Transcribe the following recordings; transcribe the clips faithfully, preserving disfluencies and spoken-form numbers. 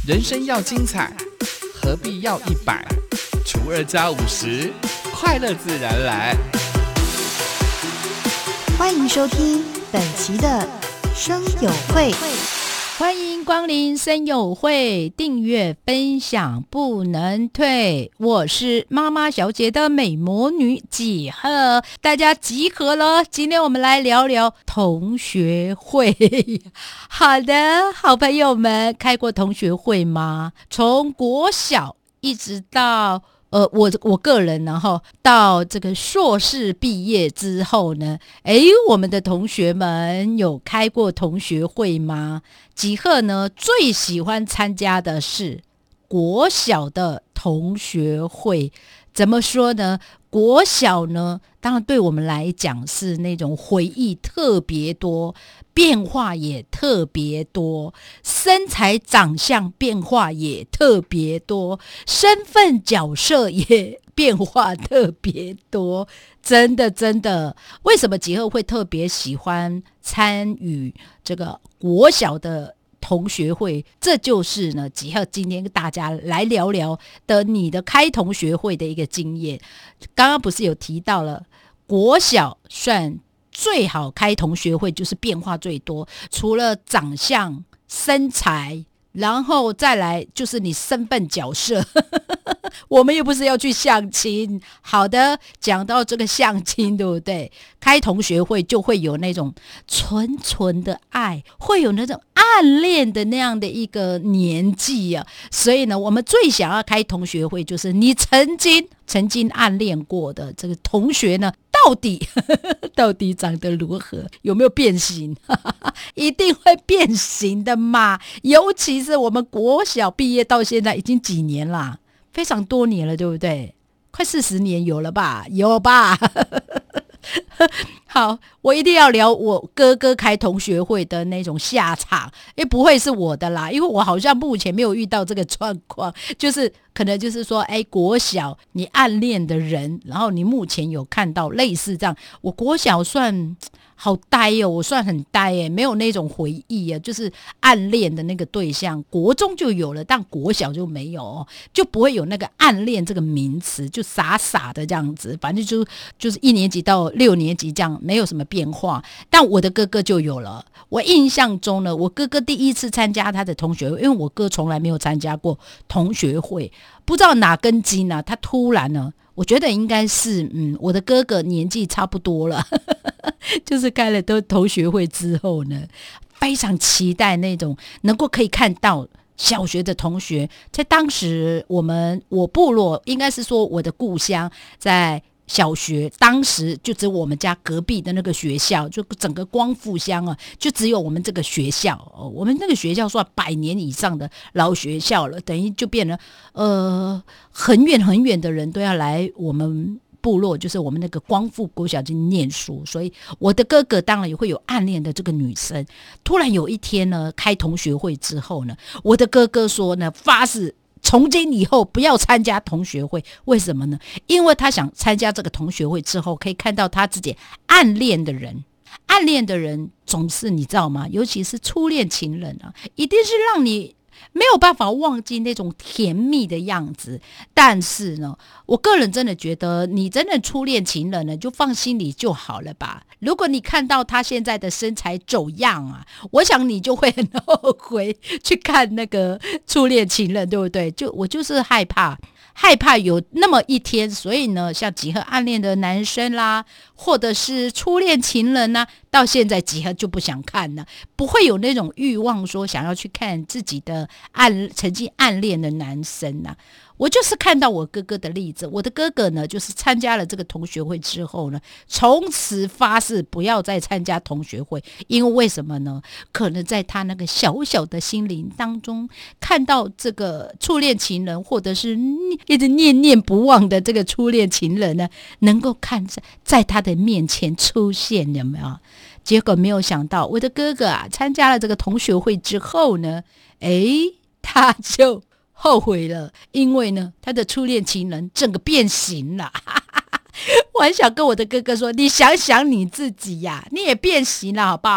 人生要精彩，何必要一百除二加五十，快乐自然来。 欢迎收听本期的声友会， 欢迎光临声友会，订阅分享不能退。我是妈妈小姐的美魔女几何，大家集合了。今天我们来聊聊同学会。好的，好朋友们，开过同学会吗？从国小一直到呃，我我个人然后到这个硕士毕业之后呢，诶，我们的同学们有开过同学会吗？几何呢最喜欢参加的是国小的同学会。怎么说呢？国小呢，当然对我们来讲是那种回忆特别多，变化也特别多，身材长相变化也特别多，身份角色也变化特别多，真的真的。为什么几何会特别喜欢参与这个国小的同学会？这就是呢，几何今天跟大家来聊聊的你的开同学会的一个经验。刚刚不是有提到了国小算最好开同学会，就是变化最多，除了长相身材，然后再来就是你身份角色我们又不是要去相亲。好的，讲到这个相亲，对不对？开同学会就会有那种纯纯的爱，会有那种暗恋的那样的一个年纪啊。所以呢，我们最想要开同学会，就是你曾经曾经暗恋过的这个同学呢，到底到底长得如何，有没有变形一定会变形的嘛。尤其是我们国小毕业到现在已经几年啦，非常多年了，对不对？快四十年有了吧？有吧好，我一定要聊我哥哥开同学会的那种下场，也不会是我的啦，因为我好像目前没有遇到这个状况，就是可能就是说，哎，国小你暗恋的人，然后你目前有看到类似这样。我国小算好呆哦，我算很呆耶，没有那种回忆啊，就是暗恋的那个对象，国中就有了，但国小就没有哦，就不会有那个暗恋这个名词，就傻傻的这样子，反正就就是一年级到六年级这样，没有什么变化。但我的哥哥就有了，我印象中呢，我哥哥第一次参加他的同学会，因为我哥从来没有参加过同学会，不知道哪根筋呢、啊，他突然呢，我觉得应该是嗯，我的哥哥年纪差不多了就是开了都同学会之后呢，非常期待那种能够可以看到小学的同学。在当时我们我部落，应该是说我的故乡，在小学当时就只有我们家隔壁的那个学校，就整个光复乡啊，就只有我们这个学校、哦、我们那个学校算百年以上的老学校了，等于就变成呃很远很远的人都要来我们部落，就是我们那个光复国小去念书。所以我的哥哥当然也会有暗恋的这个女生。突然有一天呢，开同学会之后呢，我的哥哥说呢，发誓从今以后不要参加同学会。为什么呢？因为他想参加这个同学会之后，可以看到他自己暗恋的人。暗恋的人总是你知道吗？尤其是初恋情人啊，一定是让你没有办法忘记那种甜蜜的样子。但是呢，我个人真的觉得，你真的初恋情人呢，就放心里就好了吧。如果你看到他现在的身材走样啊，我想你就会很后悔去看那个初恋情人，对不对？就我就是害怕。害怕有那么一天，所以呢，像几何暗恋的男生啦，或者是初恋情人啦，到现在几何就不想看了，不会有那种欲望说想要去看自己的暗曾经暗恋的男生啊。我就是看到我哥哥的例子，我的哥哥呢，就是参加了这个同学会之后呢，从此发誓不要再参加同学会。因为为什么呢？可能在他那个小小的心灵当中，看到这个初恋情人，或者是一直念念不忘的这个初恋情人呢，能够看在在他的面前出现，有没有？结果没有想到，我的哥哥啊，参加了这个同学会之后呢，诶，他就后悔了，因为呢，他的初恋情人整个变形了。我很想跟我的哥哥说，你想想你自己呀、啊，你也变形了，好不好？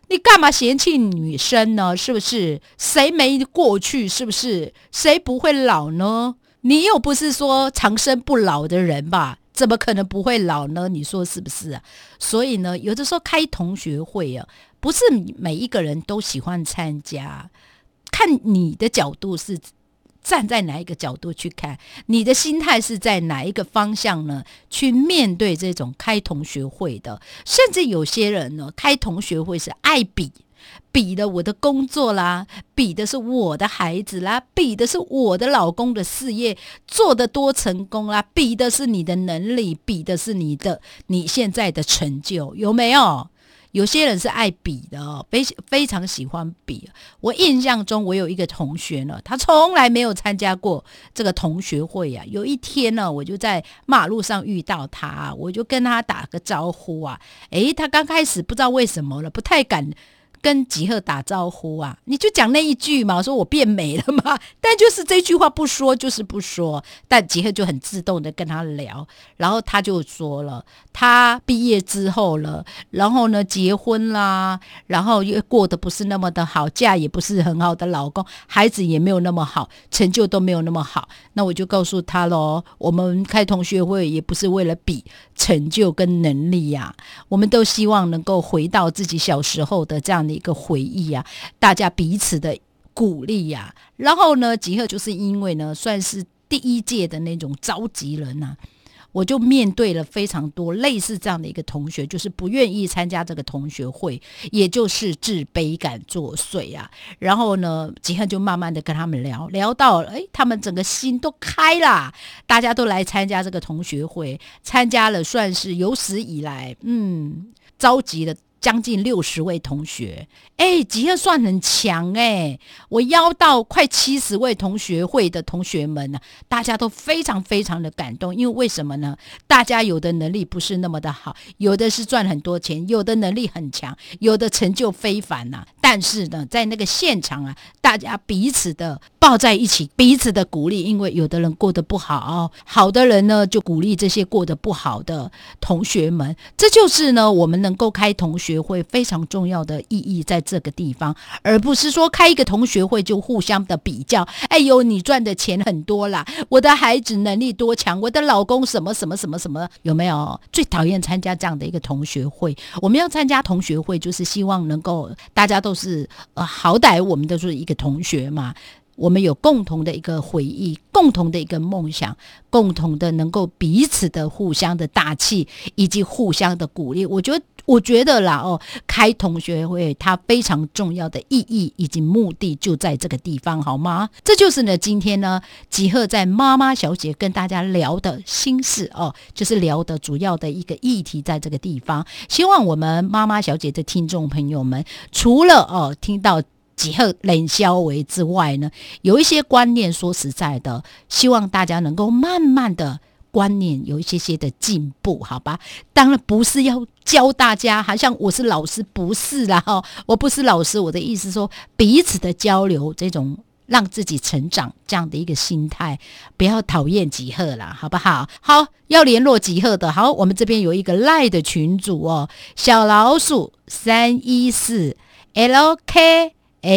你干嘛嫌弃女生呢？是不是？谁没过去？是不是？谁不会老呢？你又不是说长生不老的人吧？怎么可能不会老呢？你说是不是啊？所以呢，有的时候开同学会啊，不是每一个人都喜欢参加，看你的角度是站在哪一个角度去看，你的心态是在哪一个方向呢？去面对这种开同学会的，甚至有些人呢，开同学会是爱比。比的我的工作啦，比的是我的孩子啦，比的是我的老公的事业做得多成功啦，比的是你的能力，比的是你的你现在的成就，有没有？有些人是爱比的哦，非非常喜欢比。我印象中，我有一个同学呢，他从来没有参加过这个同学会啊。有一天呢，我就在马路上遇到他，我就跟他打个招呼啊。诶，他刚开始不知道为什么了，不太敢跟吉赫打招呼啊，你就讲那一句嘛，说我变美了嘛，但就是这句话不说就是不说，但吉赫就很自动的跟他聊，然后他就说了，他毕业之后了，然后呢结婚啦，然后又过得不是那么的好，嫁也不是很好的老公，孩子也没有那么好，成就都没有那么好，那我就告诉他咯，我们开同学会也不是为了比成就跟能力呀、啊，我们都希望能够回到自己小时候的这样的一个回忆啊，大家彼此的鼓励呀、啊。然后呢，吉赫就是因为呢，算是第一届的那种召集人啊，我就面对了非常多类似这样的一个同学，就是不愿意参加这个同学会，也就是自卑感作祟啊。然后呢，吉赫就慢慢的跟他们聊，聊到哎，他们整个心都开啦，大家都来参加这个同学会，参加了算是有史以来，嗯，召集了将近六十位同学，哎，吉赫算很强哎！我邀到快七十位同学会的同学们呢、啊，大家都非常非常的感动，因为为什么呢？大家有的能力不是那么的好，有的是赚很多钱，有的能力很强，有的成就非凡呐、啊。但是呢，在那个现场啊，大家彼此的抱在一起，彼此的鼓励，因为有的人过得不好，好的人呢就鼓励这些过得不好的同学们，这就是呢我们能够开同学会非常重要的意义在这个地方，而不是说开一个同学会就互相的比较，哎呦你赚的钱很多啦，我的孩子能力多强，我的老公什么什么什么什么，有没有？最讨厌参加这样的一个同学会。我们要参加同学会，就是希望能够大家都是呃，好歹我们都是一个同学嘛，我们有共同的一个回忆，共同的一个梦想，共同的能够彼此的互相的打气，以及互相的鼓励。我觉得我觉得啦哦，开同学会它非常重要的意义以及目的就在这个地方，好吗？这就是呢今天呢吉赫在妈妈小姐跟大家聊的心事哦，就是聊的主要的一个议题在这个地方。希望我们妈妈小姐的听众朋友们，除了哦听到吉赫冷消为之外呢，有一些观念说实在的，希望大家能够慢慢的观念有一些些的进步，好吧？当然不是要教大家好像我是老师，不是啦、哦、我不是老师，我的意思说彼此的交流，这种让自己成长这样的一个心态，不要讨厌吉赫啦，好不好？好，要联络吉赫的，好，我们这边有一个 LINE 的群组哦，小老鼠三一四 L K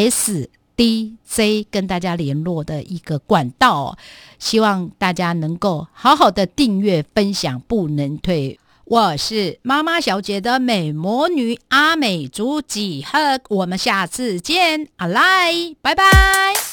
S D J 跟大家联络的一个管道、哦，希望大家能够好好的订阅分享，不能退。我是妈妈小姐的美魔女阿美族吉赫，我们下次见，阿来，拜拜。